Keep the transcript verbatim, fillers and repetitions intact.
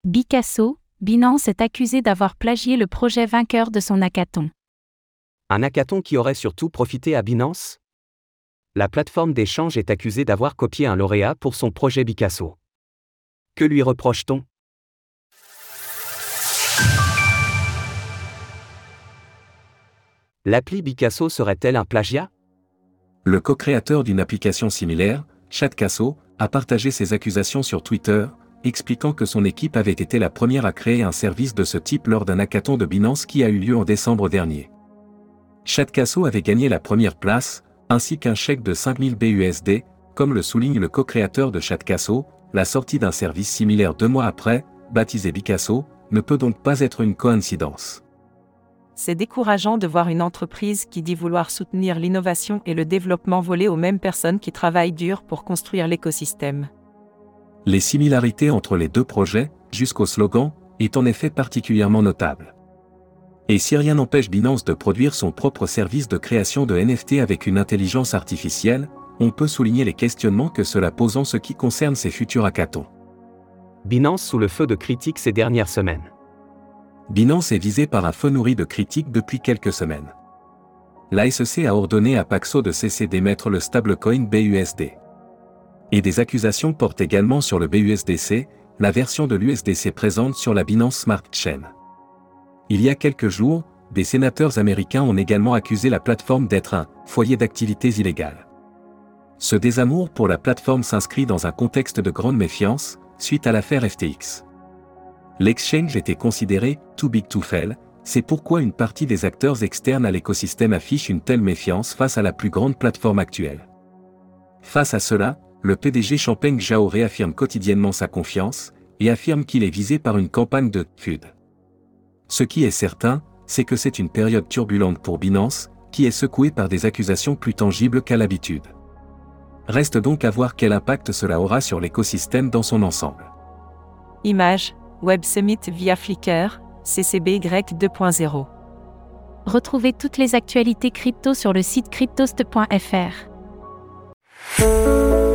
Bicasso, Binance est accusé d'avoir plagié le projet vainqueur de son hackathon. Un hackathon qui aurait surtout profité à Binance ? La plateforme d'échange est accusée d'avoir copié un lauréat pour son projet Bicasso. Que lui reproche-t-on ? L'appli Bicasso serait-elle un plagiat ? Le co-créateur d'une application similaire, Chatcasso, a partagé ses accusations sur Twitter, expliquant que son équipe avait été la première à créer un service de ce type lors d'un hackathon de Binance qui a eu lieu en décembre dernier. Chatcasso avait gagné la première place, ainsi qu'un chèque de cinq mille B U S D, comme le souligne le co-créateur de Chatcasso, la sortie d'un service similaire deux mois après, baptisé Bicasso, ne peut donc pas être une coïncidence. C'est décourageant de voir une entreprise qui dit vouloir soutenir l'innovation et le développement voler aux mêmes personnes qui travaillent dur pour construire l'écosystème. Les similarités entre les deux projets, jusqu'au slogan, est en effet particulièrement notable. Et si rien n'empêche Binance de produire son propre service de création de N F T avec une intelligence artificielle, on peut souligner les questionnements que cela pose en ce qui concerne ses futurs hackathons. Binance sous le feu de critiques ces dernières semaines. Binance est visée par un feu nourri de critiques depuis quelques semaines. L'A S E C a ordonné à Paxos de cesser d'émettre le stablecoin B U S D. Et des accusations portent également sur le B U S D C, la version de l'U S D C présente sur la Binance Smart Chain. Il y a quelques jours, des sénateurs américains ont également accusé la plateforme d'être un « foyer d'activités illégales ». Ce désamour pour la plateforme s'inscrit dans un contexte de grande méfiance, suite à l'affaire F T X. L'exchange était considéré « too big to fail », c'est pourquoi une partie des acteurs externes à l'écosystème affiche une telle méfiance face à la plus grande plateforme actuelle. Face à cela, le P D G Changpeng Zhao réaffirme quotidiennement sa confiance, et affirme qu'il est visé par une campagne de « F U D ». Ce qui est certain, c'est que c'est une période turbulente pour Binance, qui est secouée par des accusations plus tangibles qu'à l'habitude. Reste donc à voir quel impact cela aura sur l'écosystème dans son ensemble. Image, Web Summit via Flickr, C C B Y deux point zéro. Retrouvez toutes les actualités crypto sur le site cryptost point f r.